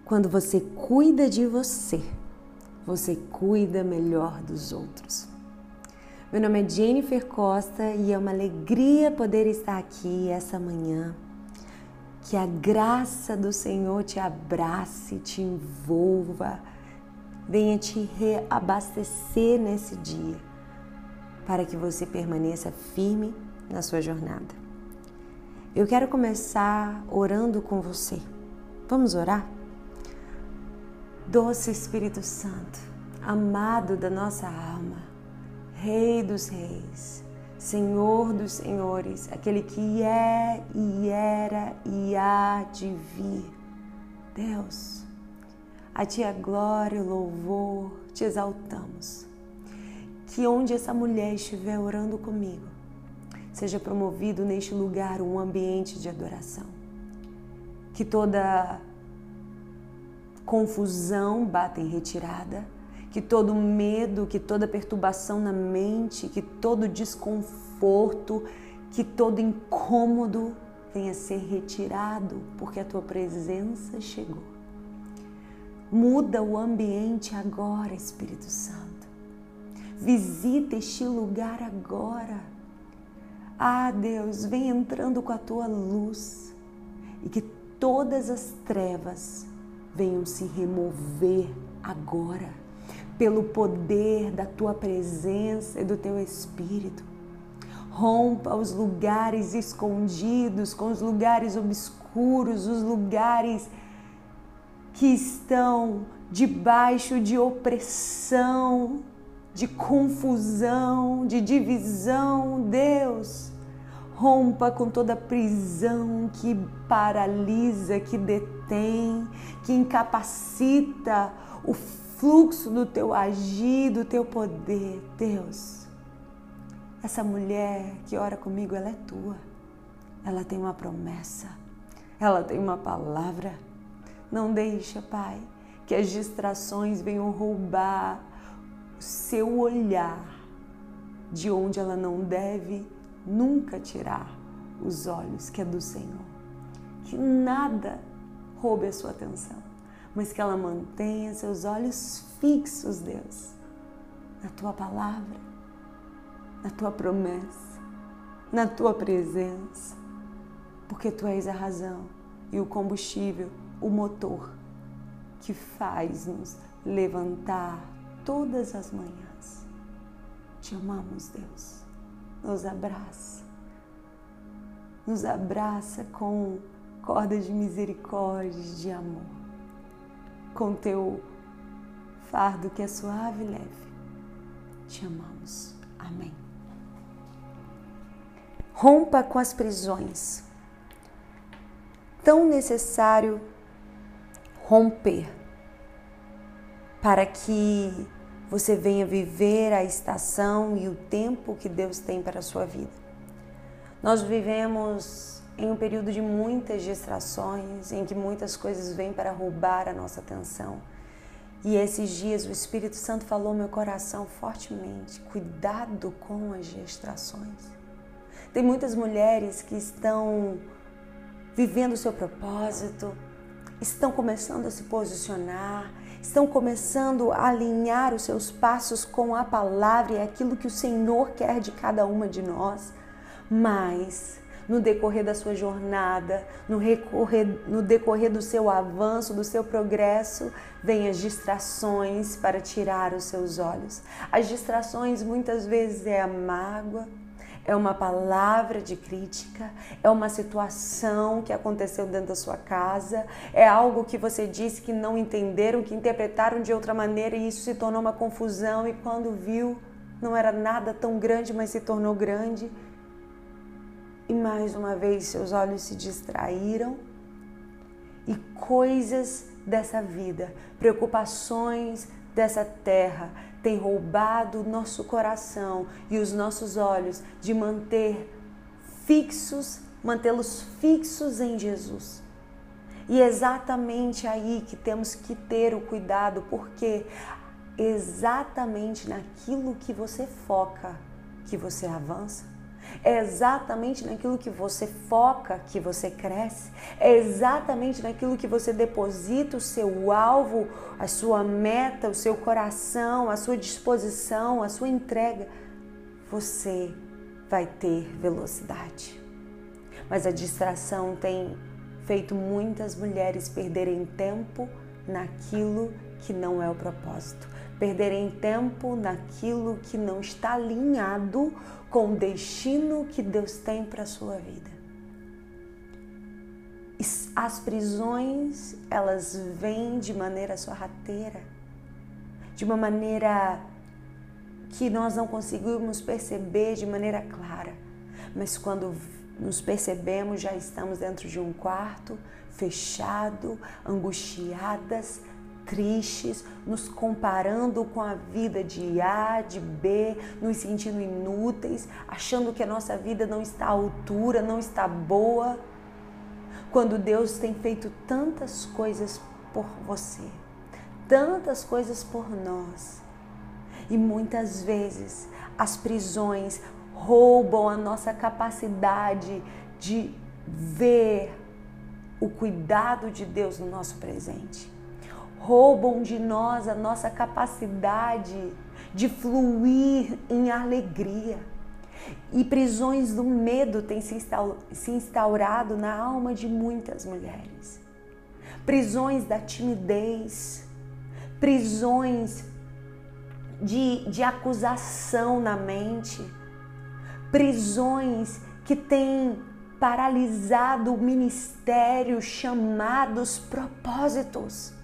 Quando você cuida de você, você cuida melhor dos outros. Meu nome é Jennifer Costa e é uma alegria poder estar aqui essa manhã. Que a graça do Senhor te abrace, te envolva, venha te reabastecer nesse dia, para que você permaneça firme na sua jornada. Eu quero começar orando com você. Vamos orar? Doce Espírito Santo, amado da nossa alma, Rei dos reis, Senhor dos senhores, aquele que é e era e há de vir. Deus, a Ti a glória, o louvor, Te exaltamos. Que onde essa mulher estiver orando comigo, seja promovido neste lugar um ambiente de adoração. Que toda confusão bata em retirada, que todo medo, que toda perturbação na mente, que todo desconforto, que todo incômodo venha ser retirado, porque a Tua presença chegou. Muda o ambiente agora, Espírito Santo. Visita este lugar agora. Ah, Deus, vem entrando com a Tua luz e que todas as trevas venham se remover agora, pelo poder da Tua presença e do Teu Espírito. Rompa os lugares escondidos, com os lugares obscuros, os lugares que estão debaixo de opressão, de confusão, de divisão. Deus, rompa com toda prisão que paralisa, que detém, que incapacita o fluxo do Teu agir, do Teu poder. Deus, essa mulher que ora comigo, ela é Tua. Ela tem uma promessa, ela tem uma palavra. Não deixa, Pai, que as distrações venham roubar o seu olhar de onde ela não deve nunca tirar os olhos, que é do Senhor. Que nada roube a sua atenção, mas que ela mantenha seus olhos fixos, Deus, na Tua palavra, na Tua promessa, na Tua presença, porque Tu és a razão e o combustível, o motor que faz-nos levantar todas as manhãs. Te amamos, Deus. Nos abraça com cordas de misericórdia, de amor, com Teu fardo que é suave e leve. Te amamos. Amém. Rompa com as prisões. Tão necessário romper para que você venha viver a estação e o tempo que Deus tem para a sua vida. Nós vivemos em um período de muitas distrações, em que muitas coisas vêm para roubar a nossa atenção. E esses dias o Espírito Santo falou ao meu coração fortemente: cuidado com as distrações. Tem muitas mulheres que estão vivendo o seu propósito, estão começando a se posicionar, estão começando a alinhar os seus passos com a palavra e aquilo que o Senhor quer de cada uma de nós. Mas no decorrer da sua jornada, no decorrer do seu avanço, do seu progresso, vêm as distrações para tirar os seus olhos. As distrações muitas vezes é a mágoa, é uma palavra de crítica, é uma situação que aconteceu dentro da sua casa, é algo que você disse que não entenderam, que interpretaram de outra maneira e isso se tornou uma confusão e quando viu, não era nada tão grande, mas se tornou grande. E mais uma vez seus olhos se distraíram e coisas dessa vida, preocupações dessa terra têm roubado o nosso coração e os nossos olhos de mantê-los fixos em Jesus. E é exatamente aí que temos que ter o cuidado, porque exatamente naquilo que você foca que você avança. É exatamente naquilo que você foca que você cresce. É exatamente naquilo que você deposita o seu alvo, a sua meta, o seu coração, a sua disposição, a sua entrega. Você vai ter velocidade. Mas a distração tem feito muitas mulheres perderem tempo naquilo que não é o propósito. Perderem tempo naquilo que não está alinhado com o destino que Deus tem para a sua vida. As prisões, elas vêm de maneira sorrateira, de uma maneira que nós não conseguimos perceber de maneira clara. Mas quando nos percebemos, já estamos dentro de um quarto, fechado, angustiadas, tristes, nos comparando com a vida de A, de B, nos sentindo inúteis, achando que a nossa vida não está à altura, não está boa, quando Deus tem feito tantas coisas por você, tantas coisas por nós. E muitas vezes as prisões roubam a nossa capacidade de ver o cuidado de Deus no nosso presente. Roubam de nós a nossa capacidade de fluir em alegria. E prisões do medo têm se instaurado na alma de muitas mulheres. Prisões da timidez, prisões de acusação na mente, prisões que têm paralisado o ministério, chamados, propósitos.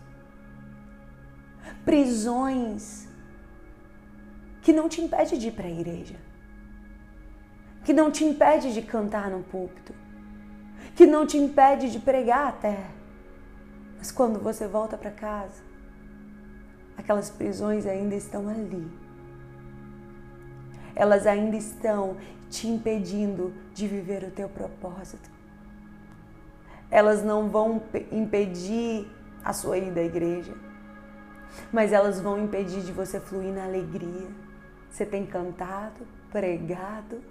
Prisões que não te impede de ir para a igreja, que não te impede de cantar no púlpito, que não te impede de pregar até. Mas quando você volta para casa, aquelas prisões ainda estão ali. Elas ainda estão te impedindo de viver o teu propósito. Elas não vão impedir a sua ida à igreja, mas elas vão impedir de você fluir na alegria. Você tem cantado, pregado,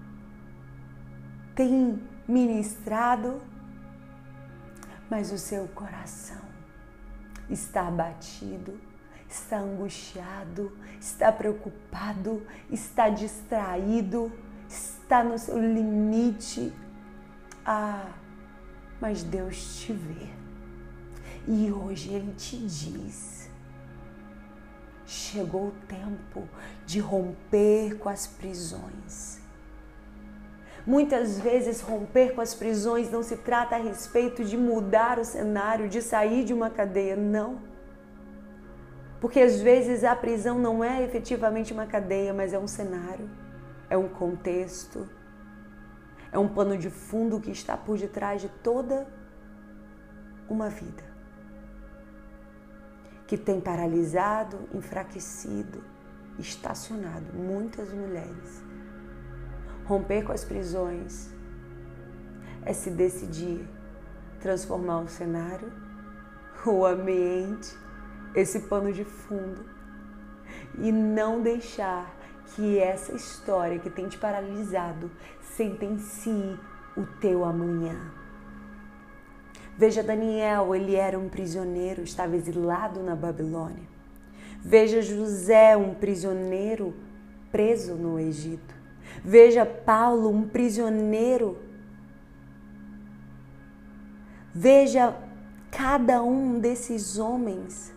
tem ministrado, mas o seu coração está abatido, está angustiado, está preocupado, está distraído, está no seu limite. Mas Deus te vê. E hoje Ele te diz: chegou o tempo de romper com as prisões. Muitas vezes romper com as prisões não se trata a respeito de mudar o cenário, de sair de uma cadeia, não. Porque às vezes a prisão não é efetivamente uma cadeia, mas é um cenário, é um contexto, é um pano de fundo que está por detrás de toda uma vida, que tem paralisado, enfraquecido, estacionado muitas mulheres. Romper com as prisões é se decidir transformar o cenário, o ambiente, esse pano de fundo, e não deixar que essa história que tem te paralisado sentencie o teu amanhã. Veja Daniel, ele era um prisioneiro, estava exilado na Babilônia. Veja José, um prisioneiro preso no Egito. Veja Paulo, um prisioneiro. Veja cada um desses homens.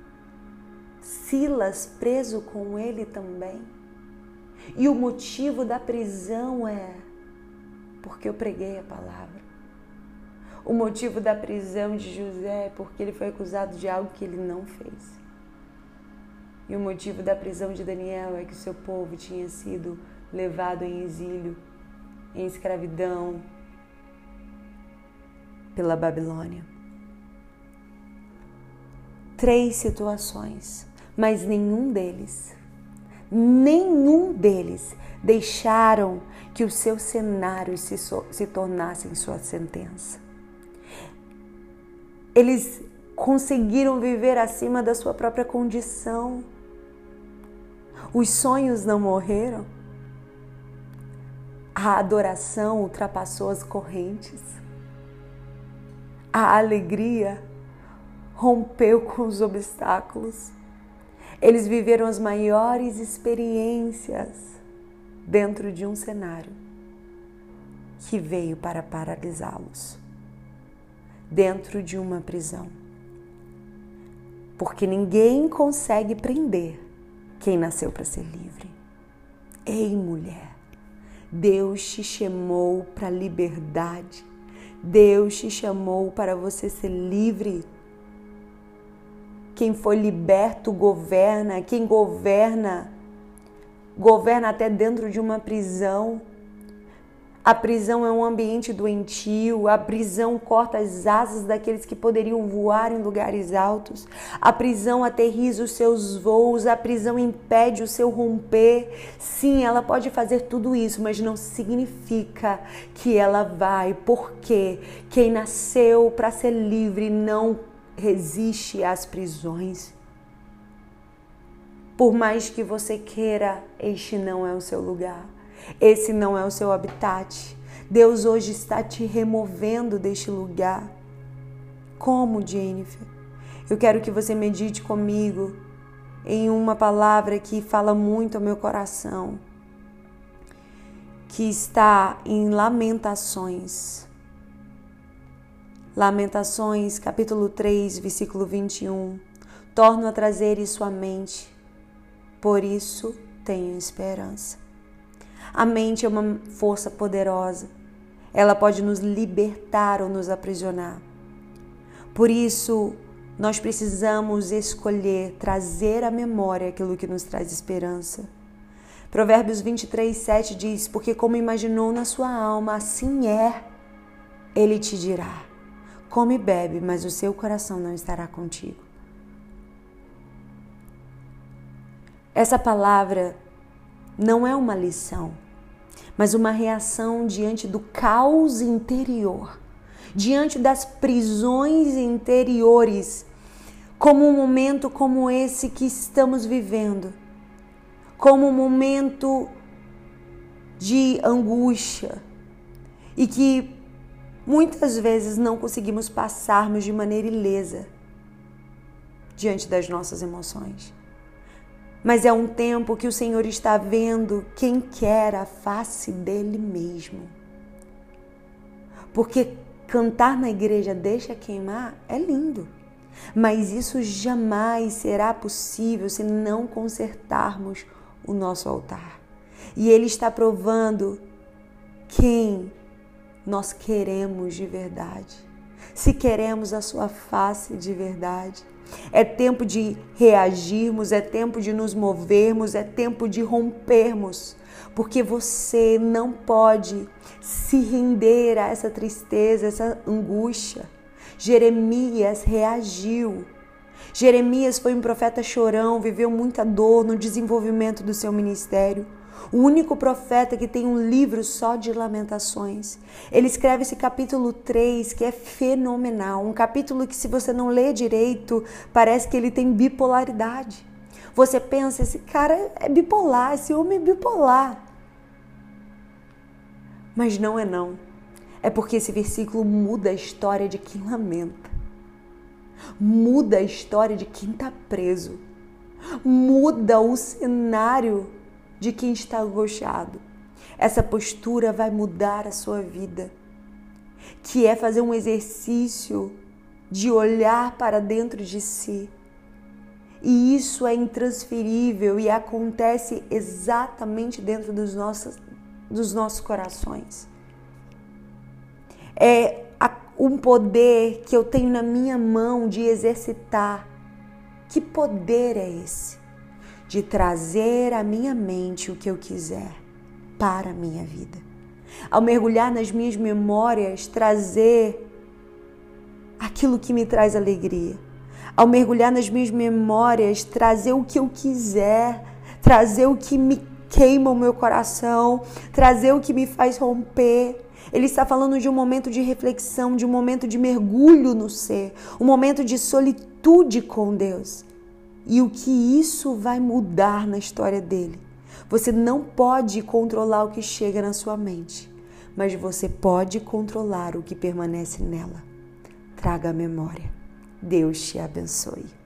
Silas preso com ele também. E o motivo da prisão é porque eu preguei a palavra. O motivo da prisão de José é porque ele foi acusado de algo que ele não fez. E o motivo da prisão de Daniel é que o seu povo tinha sido levado em exílio, em escravidão pela Babilônia. 3 situações, mas nenhum deles deixaram que o seu cenário se tornasse em sua sentença. Eles conseguiram viver acima da sua própria condição. Os sonhos não morreram. A A adoração ultrapassou as correntes. A alegria rompeu com os obstáculos. Eles viveram as maiores experiências dentro de um cenário que veio para paralisá-los, dentro de uma prisão. Porque ninguém consegue prender quem nasceu para ser livre. Ei, mulher, Deus te chamou para a liberdade. Deus te chamou para você ser livre. Quem foi liberto governa. Quem governa, governa até dentro de uma prisão. A prisão é um ambiente doentio, a prisão corta as asas daqueles que poderiam voar em lugares altos, a prisão aterriza os seus voos, a prisão impede o seu romper. Sim, ela pode fazer tudo isso, mas não significa que ela vai, porque quem nasceu para ser livre não resiste às prisões. Por mais que você queira, este não é o seu lugar. Esse não é o seu habitat. Deus hoje está te removendo deste lugar. Como, Jennifer? Eu quero que você medite comigo em uma palavra que fala muito ao meu coração, que está em Lamentações. Lamentações, capítulo 3, versículo 21. Torno a trazer isso à mente, por isso tenho esperança. A mente é uma força poderosa. Ela pode nos libertar ou nos aprisionar. Por isso, nós precisamos escolher trazer à memória aquilo que nos traz esperança. Provérbios 23, 7 diz: porque como imaginou na sua alma, assim é. Ele te dirá: come e bebe, mas o seu coração não estará contigo. Essa palavra não é uma lição, mas uma reação diante do caos interior, diante das prisões interiores, como um momento como esse que estamos vivendo, como um momento de angústia e que muitas vezes não conseguimos passarmos de maneira ilesa diante das nossas emoções. Mas é um tempo que o Senhor está vendo quem quer a face dele mesmo. Porque cantar na igreja deixa queimar é lindo. Mas isso jamais será possível se não consertarmos o nosso altar. E Ele está provando quem nós queremos de verdade. Se queremos a sua face de verdade. É tempo de reagirmos, é tempo de nos movermos, é tempo de rompermos, porque você não pode se render a essa tristeza, essa angústia. Jeremias reagiu. Jeremias foi um profeta chorão, viveu muita dor no desenvolvimento do seu ministério. O único profeta que tem um livro só de lamentações. Ele escreve esse capítulo 3, que é fenomenal. Um capítulo que, se você não lê direito, parece que ele tem bipolaridade. Você pensa, esse cara é bipolar, esse homem é bipolar. Mas não é não. É porque esse versículo muda a história de quem lamenta. Muda a história de quem está preso. Muda o cenário de quem está angustiado. Essa postura vai mudar a sua vida, que é fazer um exercício de olhar para dentro de si. E isso é intransferível e acontece exatamente dentro dos nossos corações. É um poder que eu tenho na minha mão de exercitar. Que poder é esse? De trazer à minha mente o que eu quiser para a minha vida. Ao mergulhar nas minhas memórias, trazer aquilo que me traz alegria. Ao mergulhar nas minhas memórias, trazer o que eu quiser, trazer o que me queima o meu coração, trazer o que me faz romper. Ele está falando de um momento de reflexão, de um momento de mergulho no ser, um momento de solitude com Deus. E o que isso vai mudar na história dele? Você não pode controlar o que chega na sua mente, mas você pode controlar o que permanece nela. Traga a memória. Deus te abençoe.